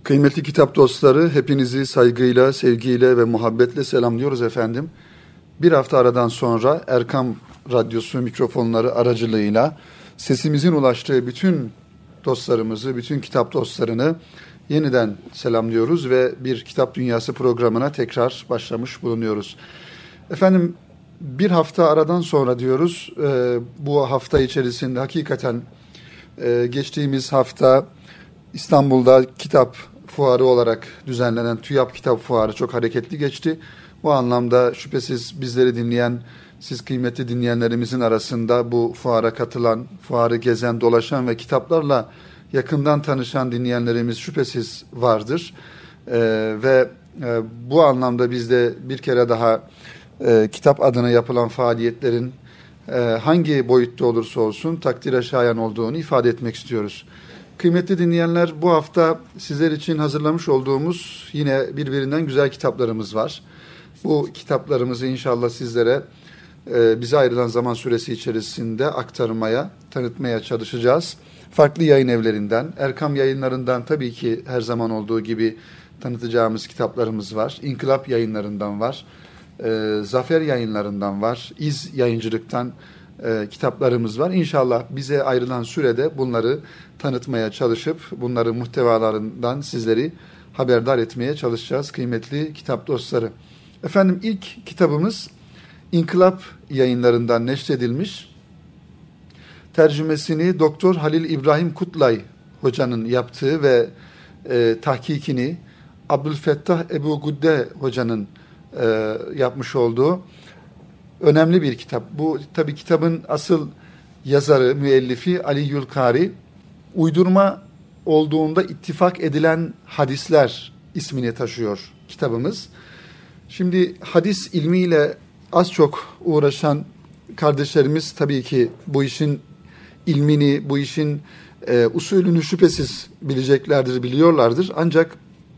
Kıymetli kitap dostları, hepinizi saygıyla, sevgiyle ve muhabbetle selamlıyoruz efendim. Bir hafta aradan sonra Erkam Radyosu mikrofonları aracılığıyla sesimizin ulaştığı bütün dostlarımızı, bütün kitap dostlarını yeniden selamlıyoruz ve bir Kitap Dünyası programına tekrar başlamış bulunuyoruz. Efendim bir hafta aradan sonra diyoruz, bu hafta içerisinde hakikaten geçtiğimiz hafta İstanbul'da kitap fuarı olarak düzenlenen TÜYAP Kitap Fuarı çok hareketli geçti. Bu anlamda şüphesiz bizleri dinleyen, siz kıymetli dinleyenlerimizin arasında bu fuara katılan, fuarı gezen, dolaşan ve kitaplarla yakından tanışan dinleyenlerimiz şüphesiz vardır. Bu anlamda biz de bir kere daha kitap adına yapılan faaliyetlerin hangi boyutta olursa olsun takdire şayan olduğunu ifade etmek istiyoruz. Kıymetli dinleyenler, bu hafta sizler için hazırlamış olduğumuz yine birbirinden güzel kitaplarımız var. Bu kitaplarımızı inşallah sizlere bize ayrılan zaman süresi içerisinde aktarmaya, tanıtmaya çalışacağız. Farklı yayın evlerinden, Erkam Yayınlarından tabii ki her zaman olduğu gibi tanıtacağımız kitaplarımız var. İnkılap Yayınlarından var, Zafer Yayınlarından var, İz Yayıncılık'tan kitaplarımız var. İnşallah bize ayrılan sürede bunları tanıtmaya çalışıp bunların muhtevalarından sizleri haberdar etmeye çalışacağız kıymetli kitap dostları. Efendim ilk kitabımız İnkılap Yayınlarından neşredilmiş. Tercümesini Doktor Halil İbrahim Kutlay hocanın yaptığı ve tahkikini Abdülfettah Ebu Gudde hocanın yapmış olduğu önemli bir kitap. Bu tabii kitabın asıl yazarı, müellifi Ali Yülkari. Uydurma olduğunda ittifak edilen hadisler ismini taşıyor kitabımız. Şimdi hadis ilmiyle az çok uğraşan kardeşlerimiz tabii ki bu işin ilmini, bu işin usulünü şüphesiz bileceklerdir, biliyorlardır. Ancak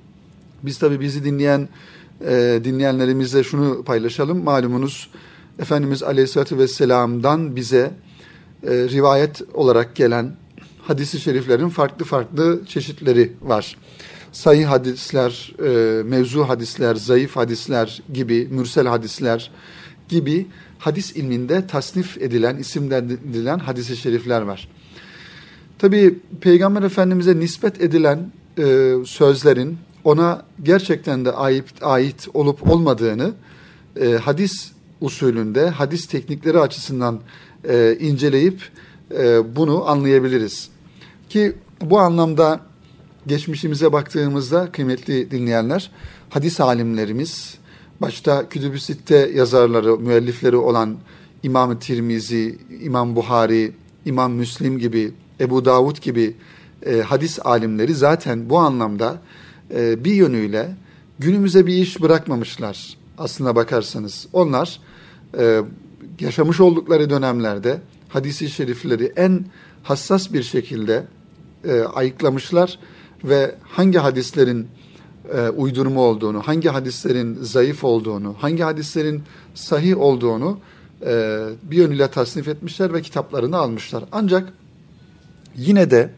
biz tabii bizi dinleyenlerimizle şunu paylaşalım. Malumunuz Efendimiz Aleyhisselatü Vesselam'dan bize rivayet olarak gelen hadis-i şeriflerin farklı farklı çeşitleri var. Sahih hadisler, mevzu hadisler, zayıf hadisler gibi, mürsel hadisler gibi hadis ilminde tasnif edilen, isimlendirilen hadis-i şerifler var. Tabii Peygamber Efendimiz'e nispet edilen sözlerin ona gerçekten de ait olup olmadığını hadis usulünde, hadis teknikleri açısından inceleyip bunu anlayabiliriz. Ki bu anlamda geçmişimize baktığımızda kıymetli dinleyenler, hadis alimlerimiz, başta Kütüb-ü Sitte yazarları, müellifleri olan İmam-ı Tirmizi, İmam Buhari, İmam Müslim gibi, Ebu Davud gibi hadis alimleri zaten bu anlamda bir yönüyle günümüze bir iş bırakmamışlar aslına bakarsanız. Onlar yaşamış oldukları dönemlerde hadis-i şerifleri en hassas bir şekilde ayıklamışlar ve hangi hadislerin uydurma olduğunu, hangi hadislerin zayıf olduğunu, hangi hadislerin sahih olduğunu bir yönüyle tasnif etmişler ve kitaplarını almışlar. Ancak yine de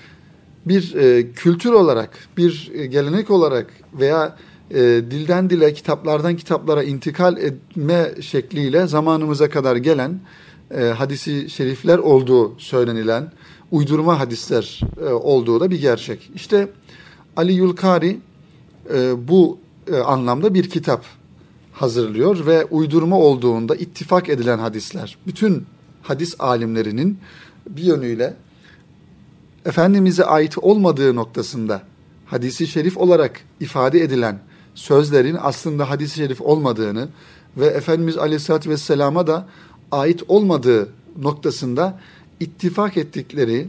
bir kültür olarak, bir gelenek olarak veya dilden dile, kitaplardan kitaplara intikal etme şekliyle zamanımıza kadar gelen hadisi şerifler olduğu söylenilen uydurma hadisler olduğu da bir gerçek. İşte Ali Yülkari bu anlamda bir kitap hazırlıyor ve uydurma olduğunda ittifak edilen hadisler, bütün hadis alimlerinin bir yönüyle Efendimiz'e ait olmadığı noktasında hadisi şerif olarak ifade edilen sözlerin aslında hadis-i şerif olmadığını ve Efendimiz Aleyhisselatü Vesselam'a da ait olmadığı noktasında ittifak ettikleri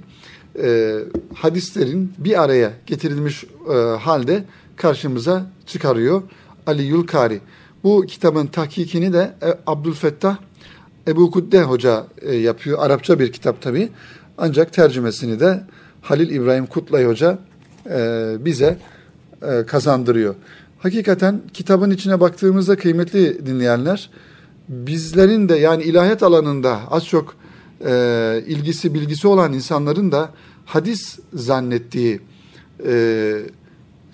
hadislerin bir araya getirilmiş halde karşımıza çıkarıyor Ali Yülkari. Bu kitabın tahkikini de Abdülfettah Ebu Gudde Hoca yapıyor. Arapça bir kitap tabii. Ancak tercümesini de Halil İbrahim Kutlay Hoca bize kazandırıyor. Hakikaten kitabın içine baktığımızda kıymetli dinleyenler, bizlerin de yani ilahiyat alanında az çok ilgisi bilgisi olan insanların da hadis zannettiği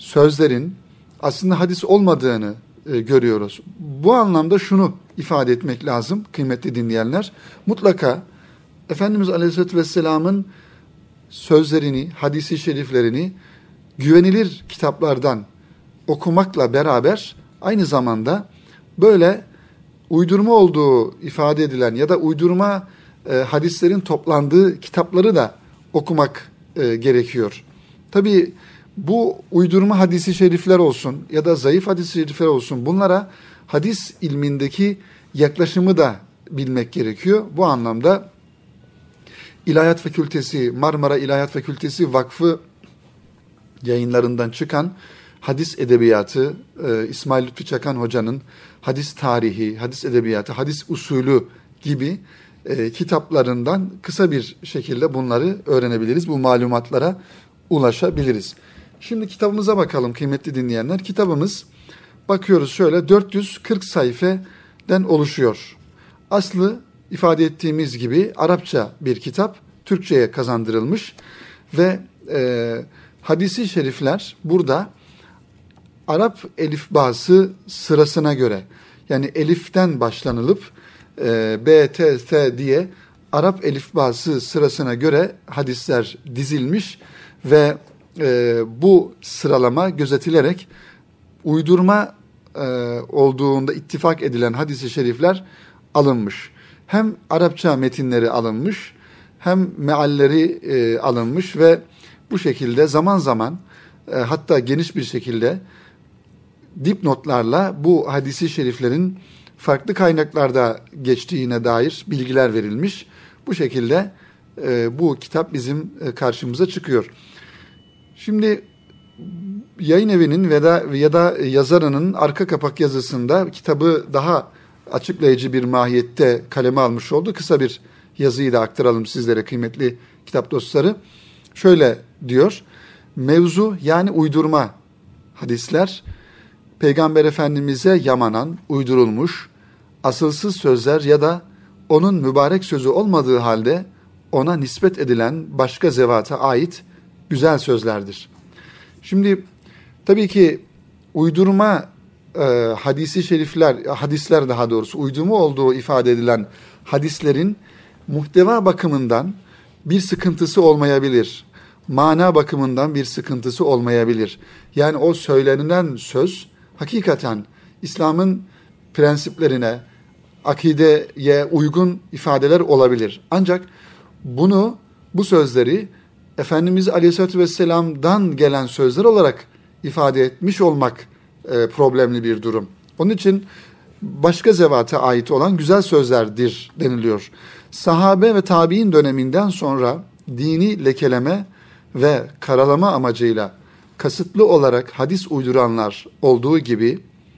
sözlerin aslında hadis olmadığını görüyoruz. Bu anlamda şunu ifade etmek lazım kıymetli dinleyenler. Mutlaka Efendimiz Aleyhisselatü Vesselam'ın sözlerini, hadisi şeriflerini güvenilir kitaplardan okumakla beraber aynı zamanda böyle uydurma olduğu ifade edilen ya da uydurma hadislerin toplandığı kitapları da okumak gerekiyor. Tabii bu uydurma hadisi şerifler olsun ya da zayıf hadis-i şerifler olsun, bunlara hadis ilmindeki yaklaşımı da bilmek gerekiyor. Bu anlamda İlahiyat Fakültesi, Marmara İlahiyat Fakültesi Vakfı yayınlarından çıkan hadis edebiyatı, İsmail Lütfü Çakan Hoca'nın hadis tarihi, hadis edebiyatı, hadis usulü gibi kitaplarından kısa bir şekilde bunları öğrenebiliriz. Bu malumatlara ulaşabiliriz. Şimdi kitabımıza bakalım kıymetli dinleyenler. Kitabımız bakıyoruz şöyle 440 sayfeden oluşuyor. Aslı ifade ettiğimiz gibi Arapça bir kitap, Türkçe'ye kazandırılmış ve hadisi şerifler burada Arap elifbası sırasına göre, yani eliften başlanılıp B, T, T diye Arap elifbası sırasına göre hadisler dizilmiş ve bu sıralama gözetilerek uydurma olduğunda ittifak edilen hadis-i şerifler alınmış. Hem Arapça metinleri alınmış, hem mealleri alınmış ve bu şekilde zaman zaman hatta geniş bir şekilde dipnotlarla bu hadisi şeriflerin farklı kaynaklarda geçtiğine dair bilgiler verilmiş. Bu şekilde bu kitap bizim karşımıza çıkıyor. Şimdi yayın evinin ya da yazarının arka kapak yazısında kitabı daha açıklayıcı bir mahiyette kaleme almış oldu. Kısa bir yazıyı da aktaralım sizlere kıymetli kitap dostları. Şöyle diyor: mevzu yani uydurma hadisler, Peygamber Efendimiz'e yamanan, uydurulmuş, asılsız sözler ya da onun mübarek sözü olmadığı halde ona nispet edilen başka zevata ait güzel sözlerdir. Şimdi tabii ki uydurma hadisi şerifler, hadisler daha doğrusu uydurma olduğu ifade edilen hadislerin muhteva bakımından bir sıkıntısı olmayabilir. Mana bakımından bir sıkıntısı olmayabilir. Yani o söylenilen söz hakikaten İslam'ın prensiplerine, akideye uygun ifadeler olabilir. Ancak bu sözleri Efendimiz Aleyhisselatü Vesselam'dan gelen sözler olarak ifade etmiş olmak problemli bir durum. Onun için başka zevata ait olan güzel sözlerdir deniliyor. Sahabe ve tabi'in döneminden sonra dini lekeleme ve karalama amacıyla kasıtlı olarak hadis uyduranlar olduğu gibi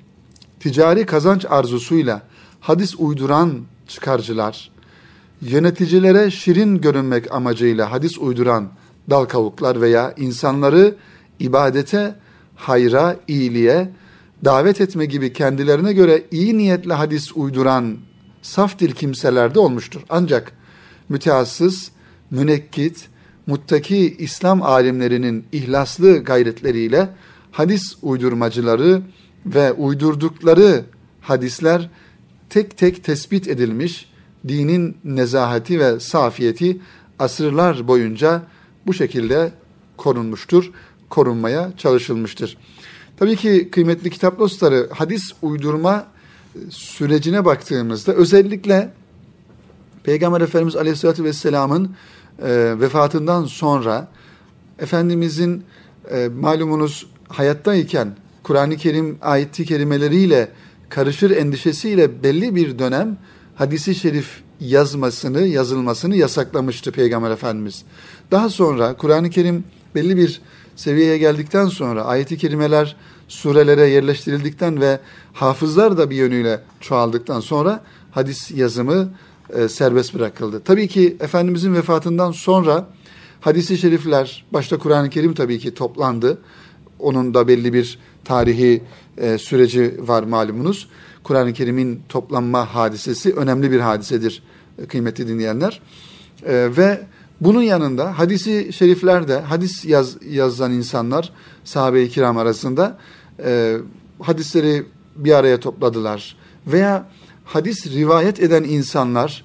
ticari kazanç arzusuyla hadis uyduran çıkarcılar, yöneticilere şirin görünmek amacıyla hadis uyduran dal kavuklar veya insanları ibadete, hayra, iyiliğe davet etme gibi kendilerine göre iyi niyetle hadis uyduran saf dil kimseler de olmuştur. Ancak mütehassıs, münekkit, muttaki İslam alimlerinin ihlaslı gayretleriyle hadis uydurmacıları ve uydurdukları hadisler tek tek tespit edilmiş, dinin nezahati ve safiyeti asırlar boyunca bu şekilde korunmuştur, korunmaya çalışılmıştır. Tabii ki kıymetli kitap dostları, hadis uydurma sürecine baktığımızda özellikle Peygamber Efendimiz Aleyhisselatü Vesselam'ın vefatından sonra Efendimizin malumunuz hayattayken Kur'an-ı Kerim ayet-i kerimeleriyle karışır endişesiyle belli bir dönem hadisi şerif yazılmasını yasaklamıştı Peygamber Efendimiz. Daha sonra Kur'an-ı Kerim belli bir seviyeye geldikten sonra ayet-i kerimeler surelere yerleştirildikten ve hafızlar da bir yönüyle çoğaldıktan sonra hadis yazımı serbest bırakıldı. Tabii ki Efendimizin vefatından sonra hadis-i şerifler, başta Kur'an-ı Kerim tabii ki toplandı. Onun da belli bir tarihi süreci var malumunuz. Kur'an-ı Kerim'in toplanma hadisesi önemli bir hadisedir kıymetli dinleyenler. Ve Bunun yanında hadisi şeriflerde hadis yazan insanlar sahabe-i kiram arasında hadisleri bir araya topladılar. Veya hadis rivayet eden insanlar,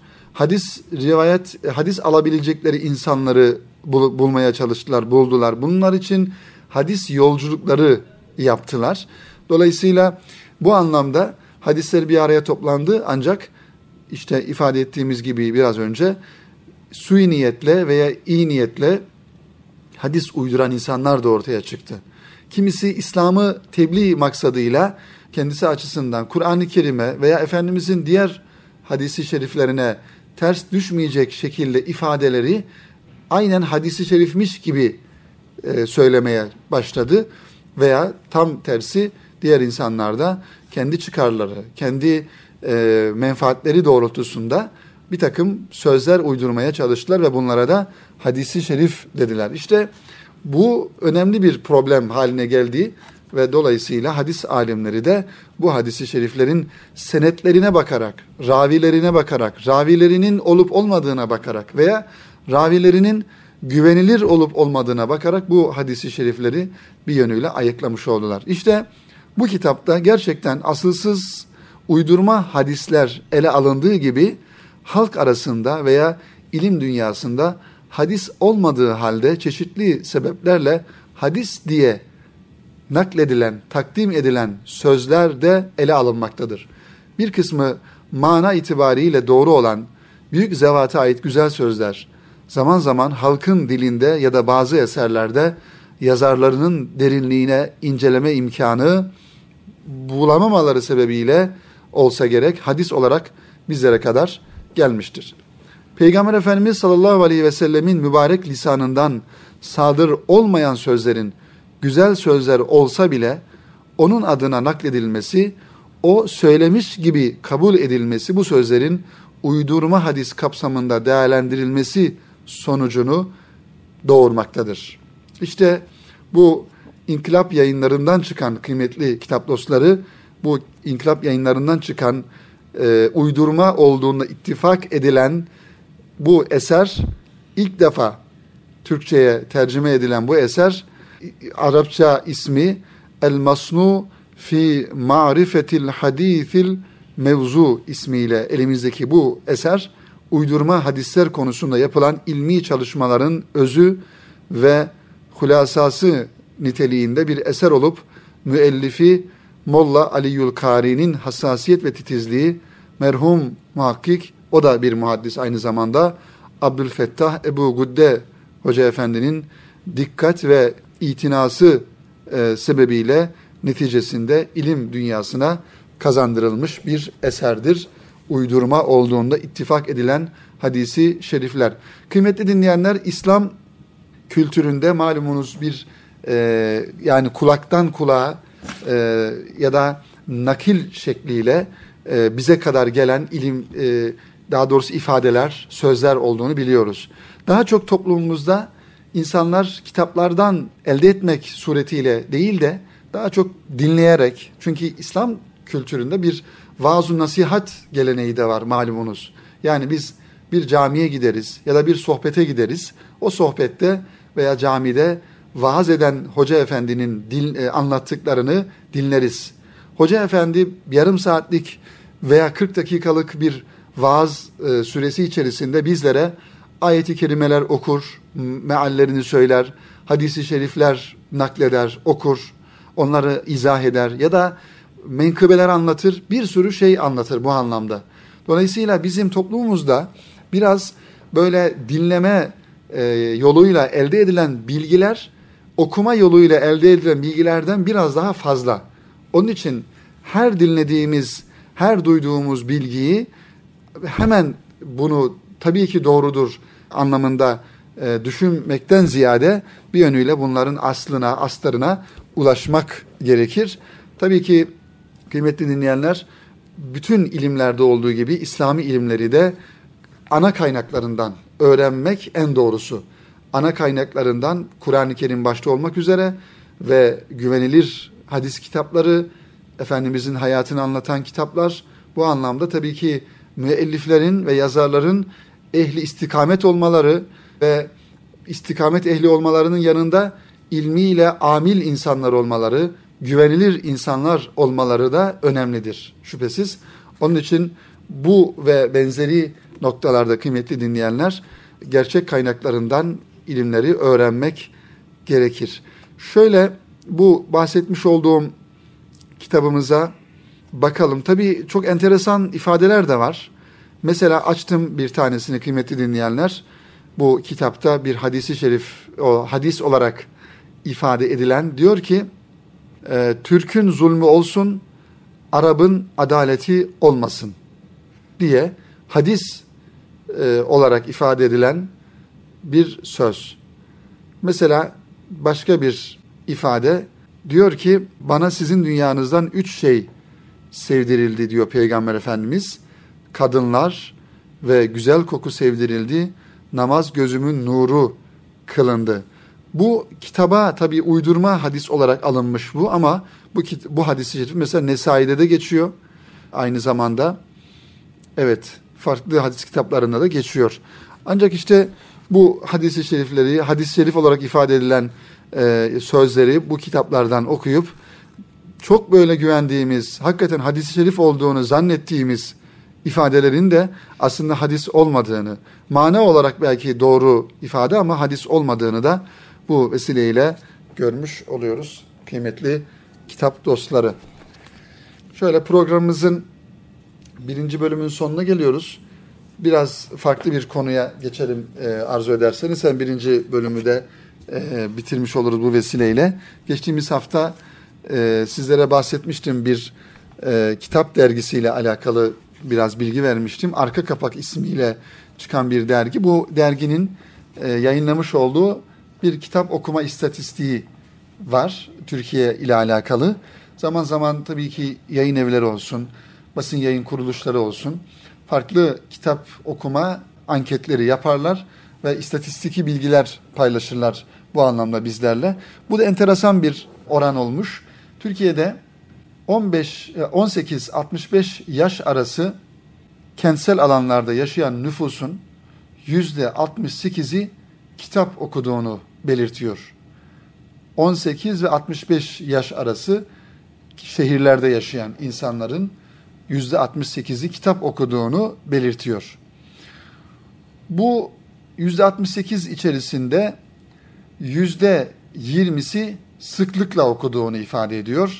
hadis alabilecekleri insanları bulmaya çalıştılar, buldular. Bunlar için hadis yolculukları yaptılar. Dolayısıyla bu anlamda hadisler bir araya toplandı, ancak işte ifade ettiğimiz gibi biraz önce sui niyetle veya iyi niyetle hadis uyduran insanlar da ortaya çıktı. Kimisi İslam'ı tebliğ maksadıyla kendisi açısından Kur'an-ı Kerim'e veya Efendimizin diğer hadisi şeriflerine ters düşmeyecek şekilde ifadeleri aynen hadisi şerifmiş gibi söylemeye başladı. Veya tam tersi diğer insanlar da kendi çıkarları, kendi menfaatleri doğrultusunda bir takım sözler uydurmaya çalıştılar ve bunlara da hadisi şerif dediler. İşte bu önemli bir problem haline geldi ve dolayısıyla hadis alimleri de bu hadisi şeriflerin senetlerine bakarak, ravilerine bakarak, ravilerinin olup olmadığına bakarak veya ravilerinin güvenilir olup olmadığına bakarak bu hadisi şerifleri bir yönüyle ayıklamış oldular. İşte bu kitapta gerçekten asılsız uydurma hadisler ele alındığı gibi halk arasında veya ilim dünyasında hadis olmadığı halde çeşitli sebeplerle hadis diye nakledilen, takdim edilen sözler de ele alınmaktadır. Bir kısmı mana itibariyle doğru olan büyük zevata ait güzel sözler, zaman zaman halkın dilinde ya da bazı eserlerde yazarlarının derinliğine inceleme imkanı bulamamaları sebebiyle olsa gerek hadis olarak bizlere kadar gelmiştir. Peygamber Efendimiz sallallahu aleyhi ve sellemin mübarek lisanından sadır olmayan sözlerin güzel sözler olsa bile onun adına nakledilmesi, o söylemiş gibi kabul edilmesi bu sözlerin uydurma hadis kapsamında değerlendirilmesi sonucunu doğurmaktadır. İşte bu İnkılap Yayınlarından çıkan kıymetli kitap dostları, bu İnkılap Yayınlarından çıkan uydurma olduğunda ittifak edilen bu eser, ilk defa Türkçe'ye tercüme edilen bu eser, Arapça ismi El-Masnu fi Ma'rifetil Hadithil Mevzu ismiyle elimizdeki bu eser, uydurma hadisler konusunda yapılan ilmi çalışmaların özü ve hulasası niteliğinde bir eser olup, müellifi Molla Aliyül Kari'nin hassasiyet ve titizliği, merhum muhakkik, o da bir muhaddis aynı zamanda, Abdülfettah Ebu Gudde Hoca Efendi'nin dikkat ve itinası sebebiyle neticesinde ilim dünyasına kazandırılmış bir eserdir. Uydurma olduğunda ittifak edilen hadisi şerifler. Kıymetli dinleyenler, İslam kültüründe malumunuz bir yani kulaktan kulağa ya da nakil şekliyle bize kadar gelen ilim, daha doğrusu ifadeler, sözler olduğunu biliyoruz. Daha çok toplumumuzda insanlar kitaplardan elde etmek suretiyle değil de daha çok dinleyerek, çünkü İslam kültüründe bir vaaz-ı nasihat geleneği de var malumunuz. Yani biz bir camiye gideriz ya da bir sohbete gideriz. O sohbette veya camide vaaz eden Hoca Efendi'nin anlattıklarını dinleriz. Hoca Efendi yarım saatlik veya 40 dakikalık bir vaaz süresi içerisinde bizlere ayet-i kerimeler okur, meallerini söyler, hadis-i şerifler nakleder, okur, onları izah eder ya da menkıbeler anlatır, bir sürü şey anlatır bu anlamda. Dolayısıyla bizim toplumumuzda biraz böyle dinleme yoluyla elde edilen bilgiler, okuma yoluyla elde edilen bilgilerden biraz daha fazla. Onun için her dinlediğimiz, her duyduğumuz bilgiyi hemen bunu tabii ki doğrudur anlamında düşünmekten ziyade bir yönüyle bunların aslına, astarına ulaşmak gerekir. Tabii ki kıymetli dinleyenler, bütün ilimlerde olduğu gibi İslami ilimleri de ana kaynaklarından öğrenmek en doğrusu. Ana kaynaklarından Kur'an-ı Kerim başta olmak üzere ve güvenilir hadis kitapları, Efendimizin hayatını anlatan kitaplar, bu anlamda tabii ki müelliflerin ve yazarların ehli istikamet olmaları, ve istikamet ehli olmalarının yanında ilmiyle amil insanlar olmaları, güvenilir insanlar olmaları da önemlidir şüphesiz. Onun için bu ve benzeri noktalarda kıymetli dinleyenler, gerçek kaynaklarından ilimleri öğrenmek gerekir. Şöyle bu bahsetmiş olduğum kitabımıza bakalım. Tabii çok enteresan ifadeler de var. Mesela açtım bir tanesini kıymetli dinleyenler. Bu kitapta bir hadisi şerif, o hadis olarak ifade edilen, diyor ki Türk'ün zulmü olsun, Arap'ın adaleti olmasın diye hadis olarak ifade edilen bir söz. Mesela başka bir ifade diyor ki bana sizin dünyanızdan 3 şey sevdirildi diyor Peygamber Efendimiz. Kadınlar ve güzel koku sevdirildi. Namaz gözümün nuru kılındı. Bu kitaba tabii uydurma hadis olarak alınmış bu ama bu hadis-i şerif mesela Nesai'de de geçiyor. Aynı zamanda evet farklı hadis kitaplarında da geçiyor. Ancak işte bu hadis-i şerifleri, hadis-i şerif olarak ifade edilen sözleri bu kitaplardan okuyup çok böyle güvendiğimiz, hakikaten hadis-i şerif olduğunu zannettiğimiz ifadelerin de aslında hadis olmadığını, mana olarak belki doğru ifade ama hadis olmadığını da bu vesileyle görmüş oluyoruz kıymetli kitap dostları. Şöyle programımızın 1. bölümün sonuna geliyoruz. Biraz farklı bir konuya geçelim arzu ederseniz. Sen 1. bölümü de bitirmiş oluruz bu vesileyle. Geçtiğimiz hafta sizlere bahsetmiştim, bir kitap dergisiyle alakalı biraz bilgi vermiştim. Arka Kapak ismiyle çıkan bir dergi. Bu derginin yayınlamış olduğu bir kitap okuma istatistiği var Türkiye ile alakalı. Zaman zaman tabii ki yayın evleri olsun, basın yayın kuruluşları olsun, farklı kitap okuma anketleri yaparlar ve istatistiki bilgiler paylaşırlar bu anlamda bizlerle. Bu da enteresan bir oran olmuş. Türkiye'de 18-65 yaş arası kentsel alanlarda yaşayan nüfusun %68'i kitap okuduğunu belirtiyor. 18 ve 65 yaş arası şehirlerde yaşayan insanların %68'i kitap okuduğunu belirtiyor. Bu %68 içerisinde %20'si sıklıkla okuduğunu ifade ediyor.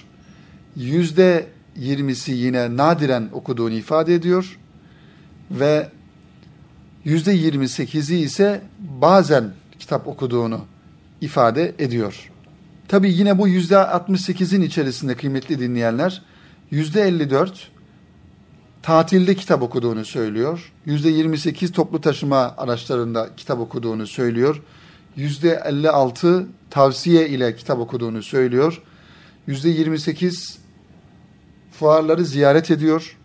%20'si yine nadiren okuduğunu ifade ediyor. Ve %28'i ise bazen kitap okuduğunu ifade ediyor. Tabii yine bu %68'in içerisinde kıymetli dinleyenler, %54 tatilde kitap okuduğunu söylüyor. %28 toplu taşıma araçlarında kitap okuduğunu söylüyor. %56 tavsiye ile kitap okuduğunu söylüyor. %28 fuarları ziyaret ediyor.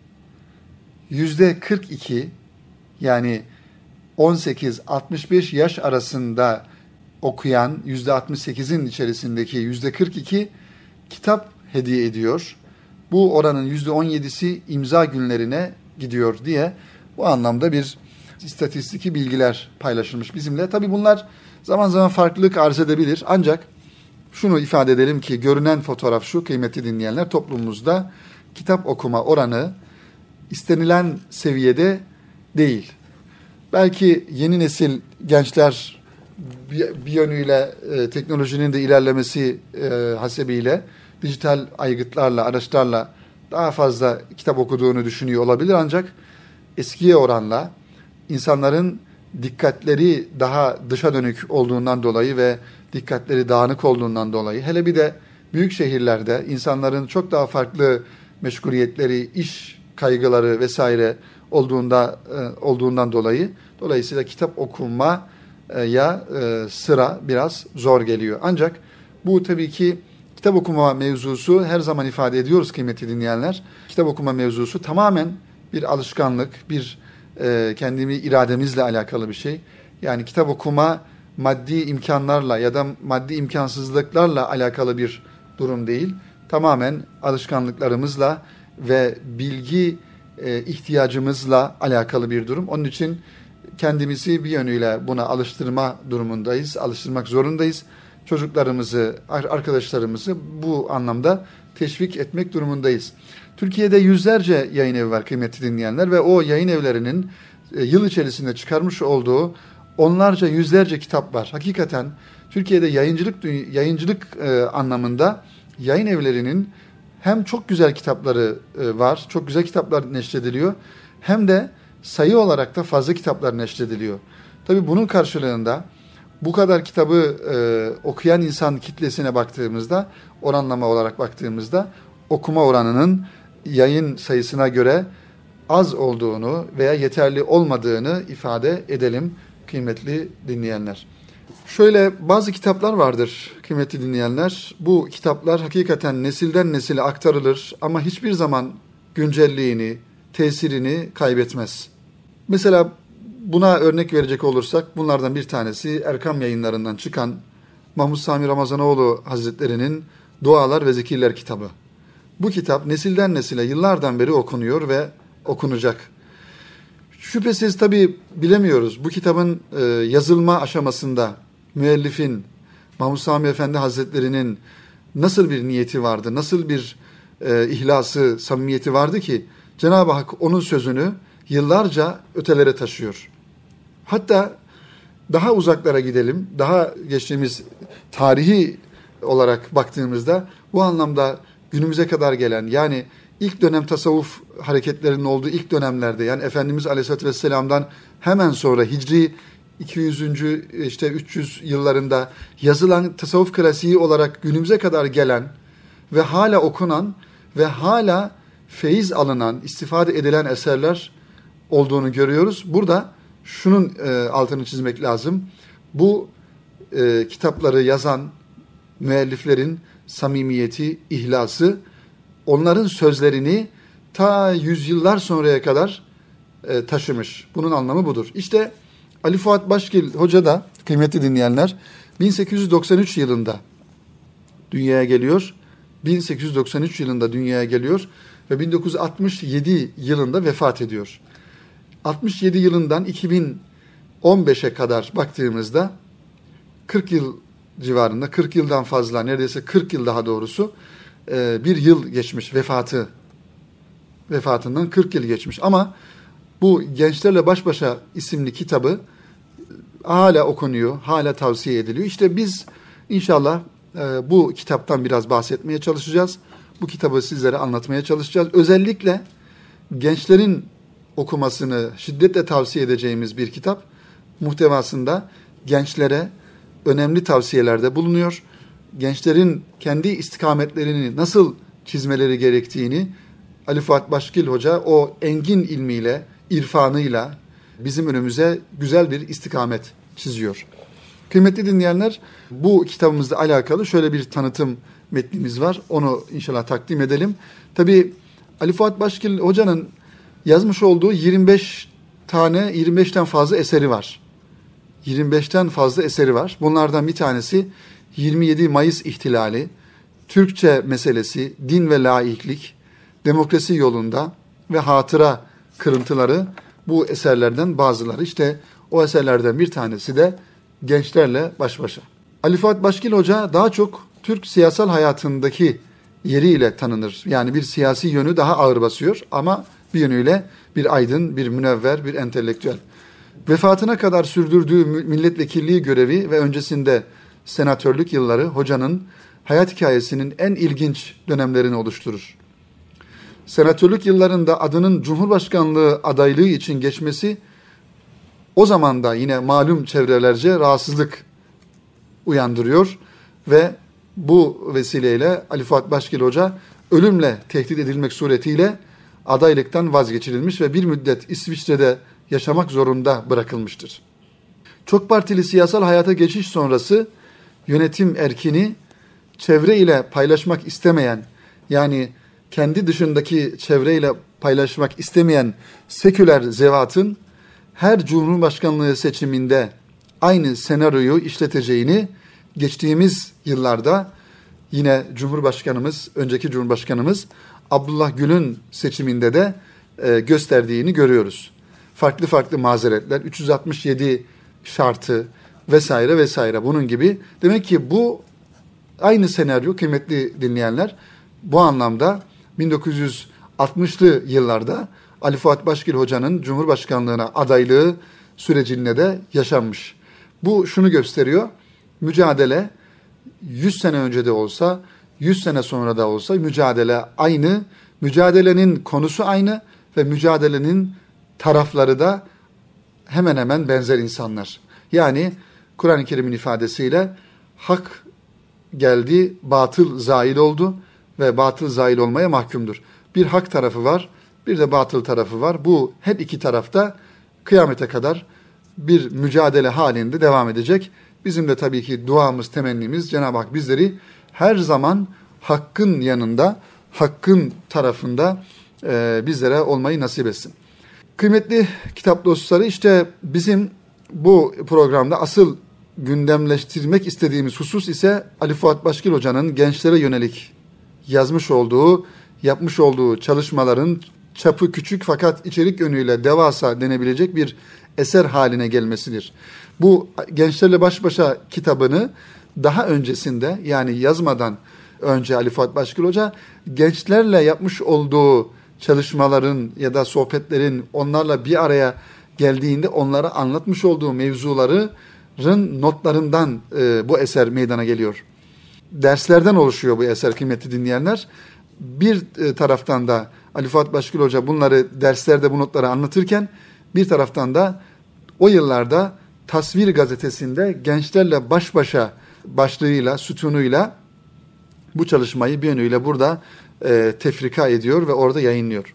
%42 yani 18-65 yaş arasında okuyan %68'in içerisindeki %42 kitap hediye ediyor. Bu oranın %17'si imza günlerine gidiyor diye bu anlamda bir istatistiki bilgiler paylaşılmış bizimle. Tabii bunlar zaman zaman farklılık arz edebilir. Ancak şunu ifade edelim ki görünen fotoğraf şu kıymetli dinleyenler, toplumumuzda kitap okuma oranı istenilen seviyede değil. Belki yeni nesil gençler bir yönüyle teknolojinin de ilerlemesi hasebiyle dijital aygıtlarla, araçlarla daha fazla kitap okuduğunu düşünüyor olabilir. Ancak eskiye oranla insanların dikkatleri daha dışa dönük olduğundan dolayı ve dikkatleri dağınık olduğundan dolayı, hele bir de büyük şehirlerde insanların çok daha farklı meşguliyetleri, iş kaygıları vesaire olduğundan dolayı, dolayısıyla kitap okumaya sıra biraz zor geliyor. Ancak bu tabii ki kitap okuma mevzusu, her zaman ifade ediyoruz kıymetli dinleyenler, kitap okuma mevzusu tamamen bir alışkanlık, bir kendimi irademizle alakalı bir şey. Yani kitap okuma maddi imkanlarla ya da maddi imkansızlıklarla alakalı bir durum değil. Tamamen alışkanlıklarımızla ve bilgi ihtiyacımızla alakalı bir durum. Onun için kendimizi bir yönüyle buna alıştırma durumundayız, alıştırmak zorundayız. Çocuklarımızı, arkadaşlarımızı bu anlamda teşvik etmek durumundayız. Türkiye'de yüzlerce yayın evi var kıymetli dinleyenler ve o yayın evlerinin yıl içerisinde çıkarmış olduğu onlarca, yüzlerce kitap var. Hakikaten Türkiye'de yayıncılık anlamında yayın evlerinin hem çok güzel kitapları var, çok güzel kitaplar neşrediliyor, hem de sayı olarak da fazla kitaplar neşrediliyor. Tabii bunun karşılığında bu kadar kitabı okuyan insan kitlesine baktığımızda, oranlama olarak baktığımızda okuma oranının yayın sayısına göre az olduğunu veya yeterli olmadığını ifade edelim kıymetli dinleyenler. Şöyle bazı kitaplar vardır kıymetli dinleyenler. Bu kitaplar hakikaten nesilden nesile aktarılır ama hiçbir zaman güncelliğini, tesirini kaybetmez. Mesela buna örnek verecek olursak bunlardan bir tanesi Erkam Yayınlarından çıkan Mahmud Sami Ramazanoğlu Hazretleri'nin Dualar ve Zikirler kitabı. Bu kitap nesilden nesile yıllardan beri okunuyor ve okunacak. Şüphesiz tabii bilemiyoruz bu kitabın yazılma aşamasında müellifin, Mahmud Sami Efendi Hazretleri'nin nasıl bir niyeti vardı, nasıl bir ihlası, samimiyeti vardı ki Cenab-ı Hak onun sözünü yıllarca ötelere taşıyor. Hatta daha uzaklara gidelim, daha geçtiğimiz tarihi olarak baktığımızda bu anlamda günümüze kadar gelen, yani ilk dönem tasavvuf hareketlerinin olduğu ilk dönemlerde, yani Efendimiz Aleyhisselatü Vesselam'dan hemen sonra Hicri 200. 300 yıllarında yazılan tasavvuf klasiği olarak günümüze kadar gelen ve hala okunan ve hala feyiz alınan, istifade edilen eserler olduğunu görüyoruz. Burada şunun altını çizmek lazım. Bu kitapları yazan müelliflerin samimiyeti, ihlası, onların sözlerini ta yüzyıllar sonraya kadar taşımış. Bunun anlamı budur. İşte Ali Fuat Başgil Hoca da kıymetli dinleyenler 1893 yılında dünyaya geliyor. 1893 yılında dünyaya geliyor ve 1967 yılında vefat ediyor. 67 yılından 2015'e kadar baktığımızda 40 yıl civarında, 40 yıldan fazla, neredeyse 40 yıl daha doğrusu bir yıl geçmiş vefatından 40 yıl geçmiş. Ama bu Gençlerle Baş Başa isimli kitabı hala okunuyor, hala tavsiye ediliyor. İşte biz inşallah bu kitaptan biraz bahsetmeye çalışacağız. Bu kitabı sizlere anlatmaya çalışacağız. Özellikle gençlerin okumasını şiddetle tavsiye edeceğimiz bir kitap. Muhtevasında gençlere önemli tavsiyelerde bulunuyor. Gençlerin kendi istikametlerini nasıl çizmeleri gerektiğini Ali Fuat Başgil Hoca o engin ilmiyle, irfanıyla bizim önümüze güzel bir istikamet çiziyor. Kıymetli dinleyenler, bu kitabımızla alakalı şöyle bir tanıtım metnimiz var. Onu inşallah takdim edelim. Tabii Ali Fuat Başgil Hoca'nın yazmış olduğu 25'ten fazla eseri var. 25'ten fazla eseri var. Bunlardan bir tanesi 27 Mayıs İhtilali, Türkçe meselesi, din ve laiklik, demokrasi yolunda ve hatıra kırıntıları bu eserlerden bazıları. İşte o eserlerden bir tanesi de Gençlerle Baş Başa. Ali Fuat Başgil Hoca daha çok Türk siyasal hayatındaki yeriyle tanınır. Yani bir siyasi yönü daha ağır basıyor ama bir yönüyle bir aydın, bir münevver, bir entelektüel. Vefatına kadar sürdürdüğü milletvekilliği görevi ve öncesinde senatörlük yılları hocanın hayat hikayesinin en ilginç dönemlerini oluşturur. Senatörlük yıllarında adının Cumhurbaşkanlığı adaylığı için geçmesi o zaman da yine malum çevrelerce rahatsızlık uyandırıyor ve bu vesileyle Ali Fuat Başgil Hoca ölümle tehdit edilmek suretiyle adaylıktan vazgeçirilmiş ve bir müddet İsviçre'de yaşamak zorunda bırakılmıştır. Çok partili siyasal hayata geçiş sonrası yönetim erkini çevre ile paylaşmak istemeyen, yani kendi dışındaki çevreyle paylaşmak istemeyen seküler zevatın her cumhurbaşkanlığı seçiminde aynı senaryoyu işleteceğini geçtiğimiz yıllarda yine önceki Cumhurbaşkanımız Abdullah Gül'ün seçiminde de gösterdiğini görüyoruz. farklı farklı mazeretler, 367 şartı vesaire vesaire bunun gibi. Demek ki bu aynı senaryo kıymetli dinleyenler bu anlamda 1960'lı yıllarda Ali Fuat Başgil Hoca'nın Cumhurbaşkanlığına adaylığı sürecinde de yaşanmış. Bu şunu gösteriyor, mücadele 100 sene önce de olsa, 100 sene sonra da olsa mücadele aynı, mücadelenin konusu aynı ve mücadelenin tarafları da hemen hemen benzer insanlar. Yani Kur'an-ı Kerim'in ifadesiyle hak geldi, batıl zail oldu ve batıl zail olmaya mahkumdur. Bir hak tarafı var, bir de batıl tarafı var. Bu her iki tarafta kıyamete kadar bir mücadele halinde devam edecek. Bizim de tabii ki duamız, temennimiz Cenab-ı Hak bizleri her zaman hakkın yanında, hakkın tarafında bizlere olmayı nasip etsin. Kıymetli kitap dostları, işte bizim bu programda asıl gündemleştirmek istediğimiz husus ise Ali Fuat Başgil Hoca'nın gençlere yönelik yazmış olduğu, yapmış olduğu çalışmaların çapı küçük fakat içerik yönüyle devasa denebilecek bir eser haline gelmesidir. Bu Gençlerle Baş Başa kitabını daha öncesinde, yani yazmadan önce Ali Fuat Başgil Hoca gençlerle yapmış olduğu çalışmaların ya da sohbetlerin onlarla bir araya geldiğinde onlara anlatmış olduğu mevzuların notlarından bu eser meydana geliyor. Derslerden oluşuyor bu eser kıymetli dinleyenler. Bir taraftan da Ali Fuat Başgil Hoca bunları derslerde bu notları anlatırken bir taraftan da o yıllarda Tasvir gazetesinde Gençlerle Baş Başa başlığıyla, sütunuyla bu çalışmayı bir yönüyle burada tefrika ediyor ve orada yayınlıyor.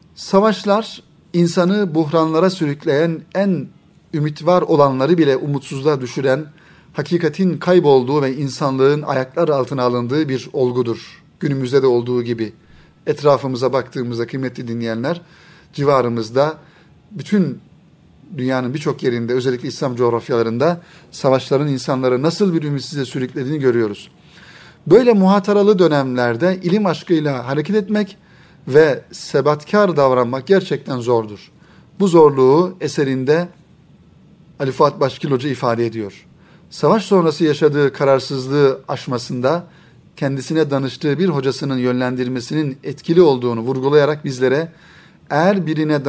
Savaşlar insanı buhranlara sürükleyen, en ümit var olanları bile umutsuzluğa düşüren, hakikatin kaybolduğu ve insanlığın ayaklar altına alındığı bir olgudur. Günümüzde de olduğu gibi. Etrafımıza baktığımızda kıymetli dinleyenler, civarımızda bütün dünyanın birçok yerinde, özellikle İslam coğrafyalarında savaşların insanları nasıl bir ümitsizliğe sürüklediğini görüyoruz. Böyle muhataralı dönemlerde ilim aşkıyla hareket etmek ve sebatkar davranmak gerçekten zordur. Bu zorluğu eserinde Ali Fuat Başgil Hoca ifade ediyor. Savaş sonrası yaşadığı kararsızlığı aşmasında kendisine danıştığı bir hocasının yönlendirmesinin etkili olduğunu vurgulayarak bizlere eğer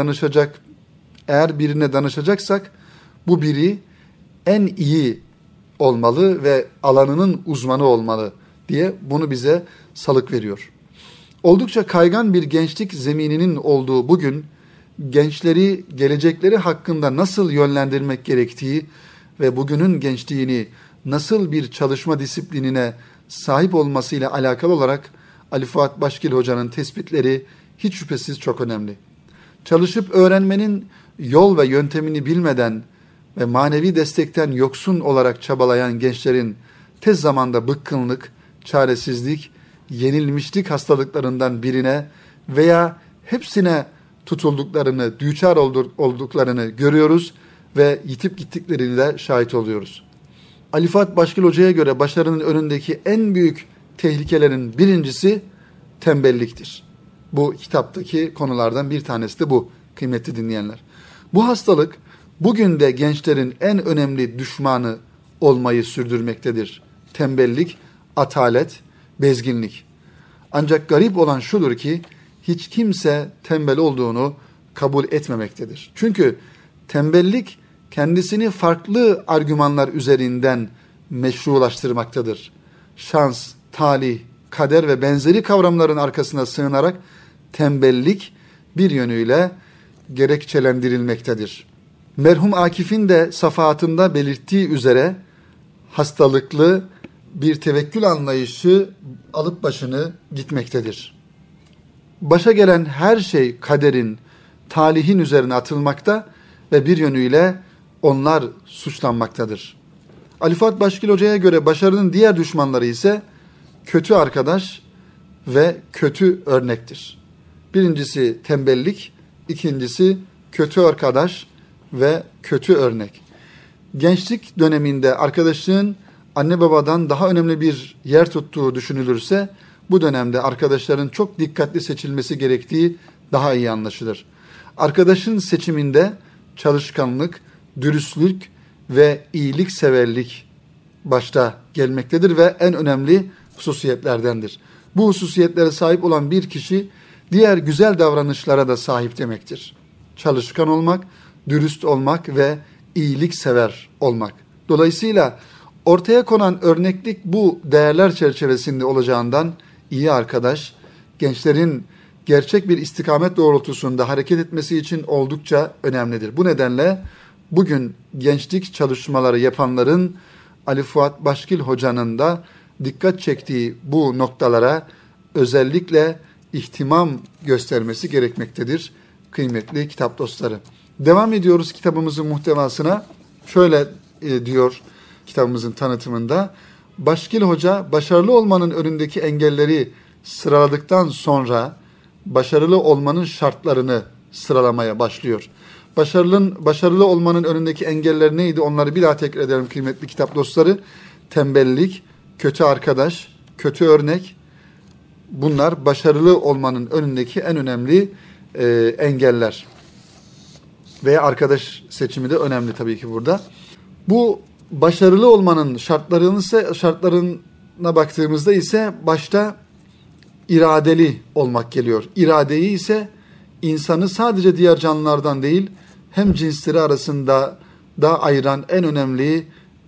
birine danışacaksak bu biri en iyi olmalı ve alanının uzmanı olmalı diye bunu bize salık veriyor. Oldukça kaygan bir gençlik zemininin olduğu bugün gençleri gelecekleri hakkında nasıl yönlendirmek gerektiği ve bugünün gençliğini nasıl bir çalışma disiplinine sahip olmasıyla alakalı olarak Ali Fuat Başgil Hoca'nın tespitleri hiç şüphesiz çok önemli. Çalışıp öğrenmenin yol ve yöntemini bilmeden ve manevi destekten yoksun olarak çabalayan gençlerin tez zamanda bıkkınlık, çaresizlik, yenilmişlik hastalıklarından birine veya hepsine tutulduklarını, düçar olduklarını görüyoruz ve yitip gittiklerini de şahit oluyoruz. Ali Fuat Başgil Hoca'ya göre başarının önündeki en büyük tehlikelerin birincisi tembelliktir. Bu kitaptaki konulardan bir tanesi de bu kıymetli dinleyenler. Bu hastalık bugün de gençlerin en önemli düşmanı olmayı sürdürmektedir. Tembellik, atalet, bezginlik. Ancak garip olan şudur ki hiç kimse tembel olduğunu kabul etmemektedir. Çünkü tembellik kendisini farklı argümanlar üzerinden meşrulaştırmaktadır. Şans, talih, kader ve benzeri kavramların arkasına sığınarak tembellik bir yönüyle gerekçelendirilmektedir. Merhum Akif'in de safahatında belirttiği üzere hastalıklı bir tevekkül anlayışı alıp başını gitmektedir. Başa gelen her şey kaderin, talihin üzerine atılmakta ve bir yönüyle onlar suçlanmaktadır. Ali Fuat Başgil Hoca'ya göre başarının diğer düşmanları ise kötü arkadaş ve kötü örnektir. Birincisi tembellik, ikincisi kötü arkadaş ve kötü örnek. Gençlik döneminde arkadaşlığın anne babadan daha önemli bir yer tuttuğu düşünülürse bu dönemde arkadaşların çok dikkatli seçilmesi gerektiği daha iyi anlaşılır. Arkadaşın seçiminde çalışkanlık, dürüstlük ve iyilikseverlik başta gelmektedir ve en önemli hususiyetlerdendir. Bu hususiyetlere sahip olan bir kişi diğer güzel davranışlara da sahip demektir. Çalışkan olmak, dürüst olmak ve iyiliksever olmak. Dolayısıyla ortaya konan örneklik bu değerler çerçevesinde olacağından iyi arkadaş, gençlerin gerçek bir istikamet doğrultusunda hareket etmesi için oldukça önemlidir. Bu nedenle bugün gençlik çalışmaları yapanların Ali Fuat Başkil Hoca'nın da dikkat çektiği bu noktalara özellikle ihtimam göstermesi gerekmektedir kıymetli kitap dostları. Devam ediyoruz kitabımızın muhtevasına. Şöyle diyor kitabımızın tanıtımında. Başkil Hoca başarılı olmanın önündeki engelleri sıraladıktan sonra başarılı olmanın şartlarını sıralamaya başlıyor. Başarılı olmanın önündeki engeller neydi? Onları bir daha tekrar edelim kıymetli kitap dostları. Tembellik, kötü arkadaş, kötü örnek. Bunlar başarılı olmanın önündeki en önemli engeller. Ve arkadaş seçimi de önemli tabii ki burada. Bu başarılı olmanın şartlarına baktığımızda ise başta iradeli olmak geliyor. İradeyi ise insanı sadece diğer canlılardan değil, hem cinsleri arasında da ayıran en önemli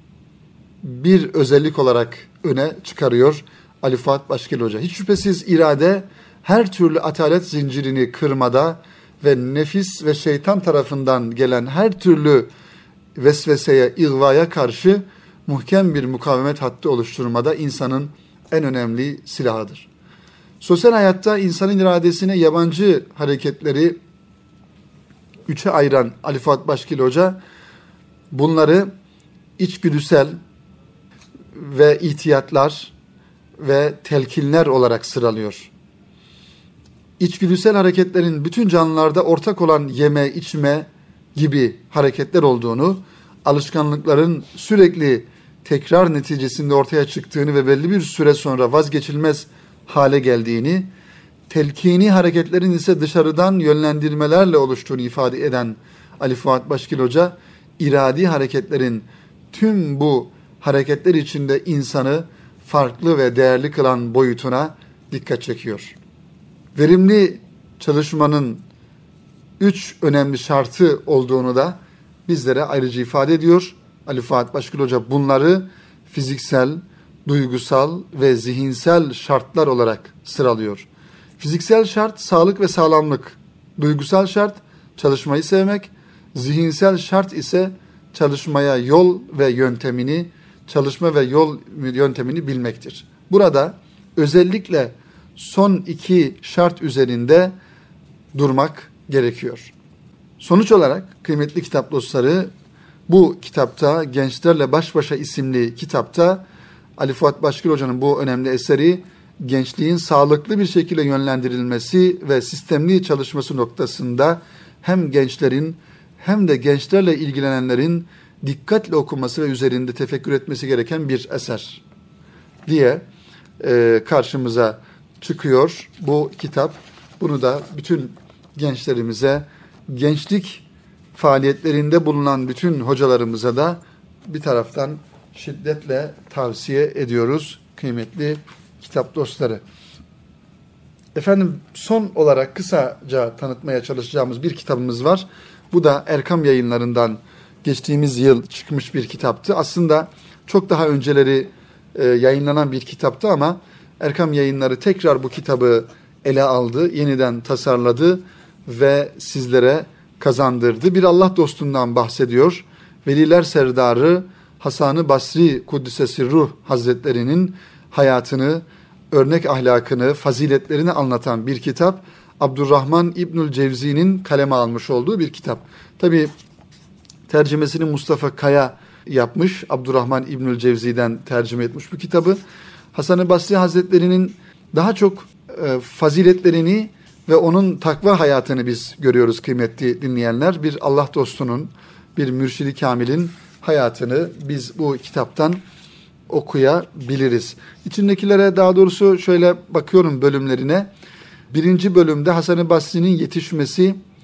bir özellik olarak öne çıkarıyor Ali Fuat Başkil Hoca. Hiç şüphesiz irade her türlü atalet zincirini kırmada ve nefis ve şeytan tarafından gelen her türlü vesveseye, ihvaya karşı muhkem bir mukavemet hattı oluşturmada insanın en önemli silahıdır. Sosyal hayatta insanın iradesine yabancı hareketleri üçe ayıran Ali Fuat Başkil Hoca bunları içgüdüsel ve ihtiyatlar ve telkinler olarak sıralıyor. İçgüdüsel hareketlerin bütün canlılarda ortak olan yeme, içme gibi hareketler olduğunu, alışkanlıkların sürekli tekrar neticesinde ortaya çıktığını ve belli bir süre sonra vazgeçilmez hale geldiğini, telkini hareketlerin ise dışarıdan yönlendirmelerle oluştuğunu ifade eden Ali Fuat Başkil Hoca, iradi hareketlerin tüm bu hareketler içinde insanı farklı ve değerli kılan boyutuna dikkat çekiyor. Verimli çalışmanın 3 önemli şartı olduğunu da bizlere ayrıca ifade ediyor. Ali Fuat Başkil Hoca bunları fiziksel, duygusal ve zihinsel şartlar olarak sıralıyor. Fiziksel şart sağlık ve sağlamlık, duygusal şart çalışmayı sevmek, zihinsel şart ise çalışmaya yol ve yöntemini, çalışma ve yol yöntemini bilmektir. Burada özellikle son 2 şart üzerinde durmak gerekiyor. Sonuç olarak kıymetli kitap dostları, bu kitapta Gençlerle Baş Başa isimli kitapta Ali Fuat Başkil Hoca'nın bu önemli eseri gençliğin sağlıklı bir şekilde yönlendirilmesi ve sistemli çalışması noktasında hem gençlerin hem de gençlerle ilgilenenlerin dikkatle okuması ve üzerinde tefekkür etmesi gereken bir eser diye karşımıza çıkıyor bu kitap. Bunu da bütün gençlerimize, gençlik faaliyetlerinde bulunan bütün hocalarımıza da bir taraftan şiddetle tavsiye ediyoruz kıymetli kitap dostları. Efendim son olarak kısaca tanıtmaya çalışacağımız bir kitabımız var. Bu da Erkam Yayınları'ndan geçtiğimiz yıl çıkmış bir kitaptı. Aslında çok daha önceleri yayınlanan bir kitaptı ama Erkam Yayınları tekrar bu kitabı ele aldı, yeniden tasarladı ve sizlere kazandırdı. Bir Allah dostundan bahsediyor. Veliler Serdarı Hasan-ı Basri Kuddisesi Ruh Hazretleri'nin hayatını, örnek ahlakını, faziletlerini anlatan bir kitap. Abdurrahman İbnül Cevzi'nin kaleme almış olduğu bir kitap. Tabii tercümesini Mustafa Kaya yapmış. Abdurrahman İbnül Cevzi'den tercüme etmiş bu kitabı. Hasan-ı Basri Hazretleri'nin daha çok faziletlerini ve onun takva hayatını biz görüyoruz kıymetli dinleyenler. Bir Allah dostunun, bir mürşidi kamilin hayatını biz bu kitaptan okuyabiliriz. İçindekilere, daha doğrusu şöyle bakıyorum bölümlerine. 1. bölümde Hasan-ı Basri'nin yetişmesi,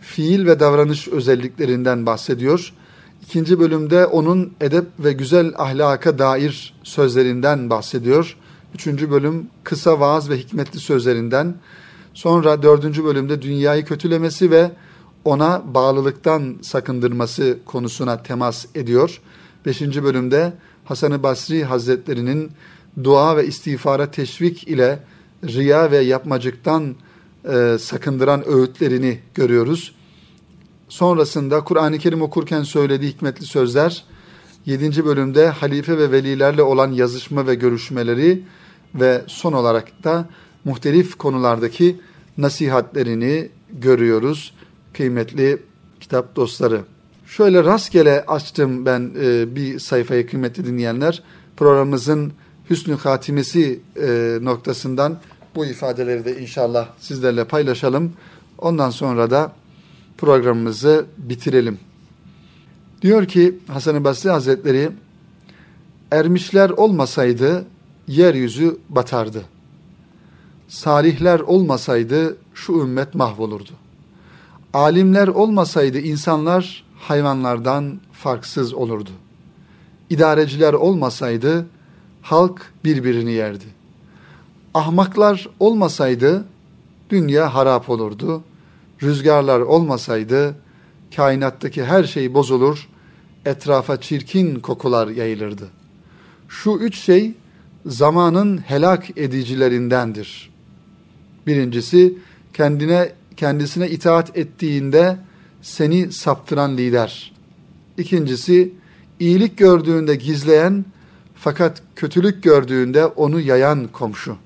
fiil ve davranış özelliklerinden bahsediyor. İkinci bölümde onun edep ve güzel ahlaka dair sözlerinden bahsediyor. Üçüncü bölüm kısa vaaz ve hikmetli sözlerinden. Sonra dördüncü bölümde dünyayı kötülemesi ve ona bağlılıktan sakındırması konusuna temas ediyor. Beşinci bölümde Hasan-ı Basri Hazretleri'nin dua ve istiğfara teşvik ile riya ve yapmacıktan sakındıran öğütlerini görüyoruz. Sonrasında Kur'an-ı Kerim okurken söylediği hikmetli sözler, 7. bölümde halife ve velilerle olan yazışma ve görüşmeleri ve son olarak da muhtelif konulardaki nasihatlerini görüyoruz kıymetli kitap dostları. Şöyle rastgele açtım ben bir sayfayı kıymetli dinleyenler. Programımızın hüsnü hatimesi noktasından bu ifadeleri de inşallah sizlerle paylaşalım. Ondan sonra da programımızı bitirelim. Diyor ki Hasan-ı Basri Hazretleri, ermişler olmasaydı yeryüzü batardı. Salihler olmasaydı şu ümmet mahvolurdu. Alimler olmasaydı insanlar hayvanlardan farksız olurdu. İdareciler olmasaydı halk birbirini yerdi. Ahmaklar olmasaydı dünya harap olurdu. Rüzgarlar olmasaydı kainattaki her şey bozulur, etrafa çirkin kokular yayılırdı. Şu üç şey zamanın helak edicilerindendir. Birincisi, kendisine itaat ettiğinde seni saptıran lider. İkincisi, iyilik gördüğünde gizleyen fakat kötülük gördüğünde onu yayan komşu.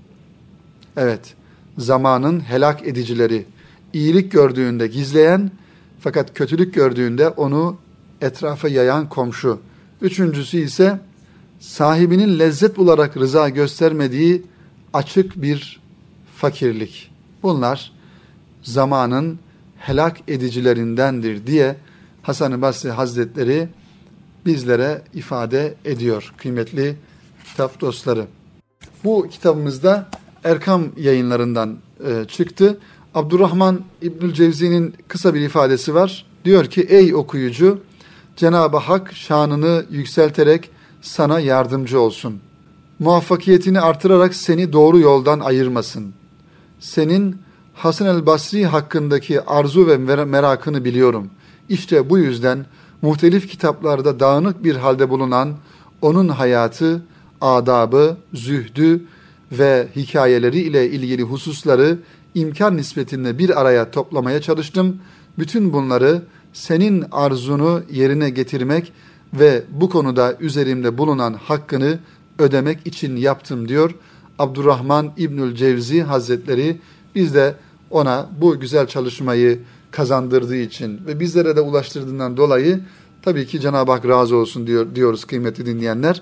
Evet, zamanın helak edicileri, iyilik gördüğünde gizleyen fakat kötülük gördüğünde onu etrafa yayan komşu. Üçüncüsü ise sahibinin lezzet bularak rıza göstermediği açık bir fakirlik. Bunlar zamanın helak edicilerindendir diye Hasan-ı Basri Hazretleri bizlere ifade ediyor kıymetli kitap dostları. Bu kitabımızda Erkam Yayınlarından çıktı. Abdurrahman İbnül Cevzi'nin kısa bir ifadesi var. Diyor ki, ey okuyucu, Cenab-ı Hak şanını yükselterek sana yardımcı olsun. Muvaffakiyetini artırarak seni doğru yoldan ayırmasın. Senin Hasan el Basri hakkındaki arzu ve merakını biliyorum. İşte bu yüzden muhtelif kitaplarda dağınık bir halde bulunan onun hayatı, adabı, zühdü ve hikayeleri ile ilgili hususları imkan nispetinde bir araya toplamaya çalıştım. Bütün bunları senin arzunu yerine getirmek ve bu konuda üzerimde bulunan hakkını ödemek için yaptım diyor Abdurrahman İbnül Cevzi Hazretleri. Biz de ona bu güzel çalışmayı kazandırdığı için ve bizlere de ulaştırdığından dolayı tabii ki Cenab-ı Hak razı olsun diyoruz kıymetli dinleyenler.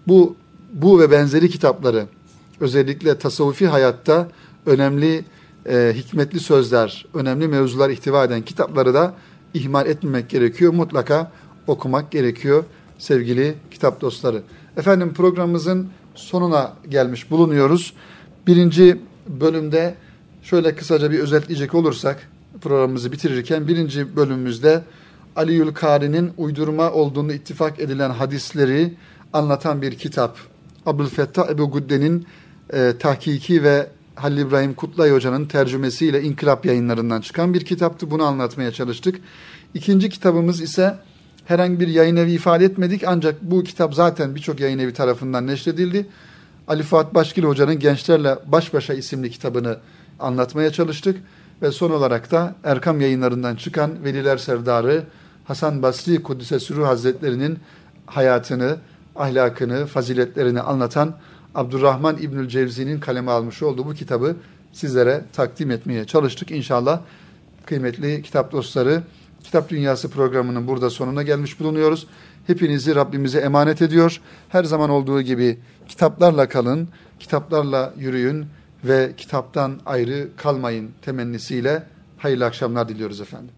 Bu ve benzeri kitapları, özellikle tasavvufi hayatta önemli hikmetli sözler, önemli mevzular ihtiva eden kitapları da ihmal etmemek gerekiyor. Mutlaka okumak gerekiyor sevgili kitap dostları. Efendim, programımızın sonuna gelmiş bulunuyoruz. 1. bölümde şöyle kısaca bir özetleyecek olursak programımızı bitirirken 1. bölümümüzde Aliül Kari'nin uydurma olduğunu ittifak edilen hadisleri anlatan bir kitap. Abdülfettah Ebu Gudde'nin tahkiki ve Halil İbrahim Kutlay Hoca'nın tercümesiyle İnkılap Yayınlarından çıkan bir kitaptı. Bunu anlatmaya çalıştık. 2. kitabımız ise herhangi bir yayın evi ifade etmedik. Ancak bu kitap zaten birçok yayın evi tarafından neşredildi. Ali Fuat Başkil Hoca'nın Gençlerle Baş Başa isimli kitabını anlatmaya çalıştık. Ve son olarak da Erkam Yayınlarından çıkan Veliler Serdarı Hasan Basri Kuddise Sürru Hazretleri'nin hayatını, ahlakını, faziletlerini anlatan Abdurrahman İbnül Cevzi'nin kaleme almış olduğu bu kitabı sizlere takdim etmeye çalıştık. İnşallah kıymetli kitap dostları, Kitap Dünyası programının burada sonuna gelmiş bulunuyoruz. Hepinizi Rabbimize emanet ediyor. Her zaman olduğu gibi kitaplarla kalın, kitaplarla yürüyün ve kitaptan ayrı kalmayın temennisiyle hayırlı akşamlar diliyoruz efendim.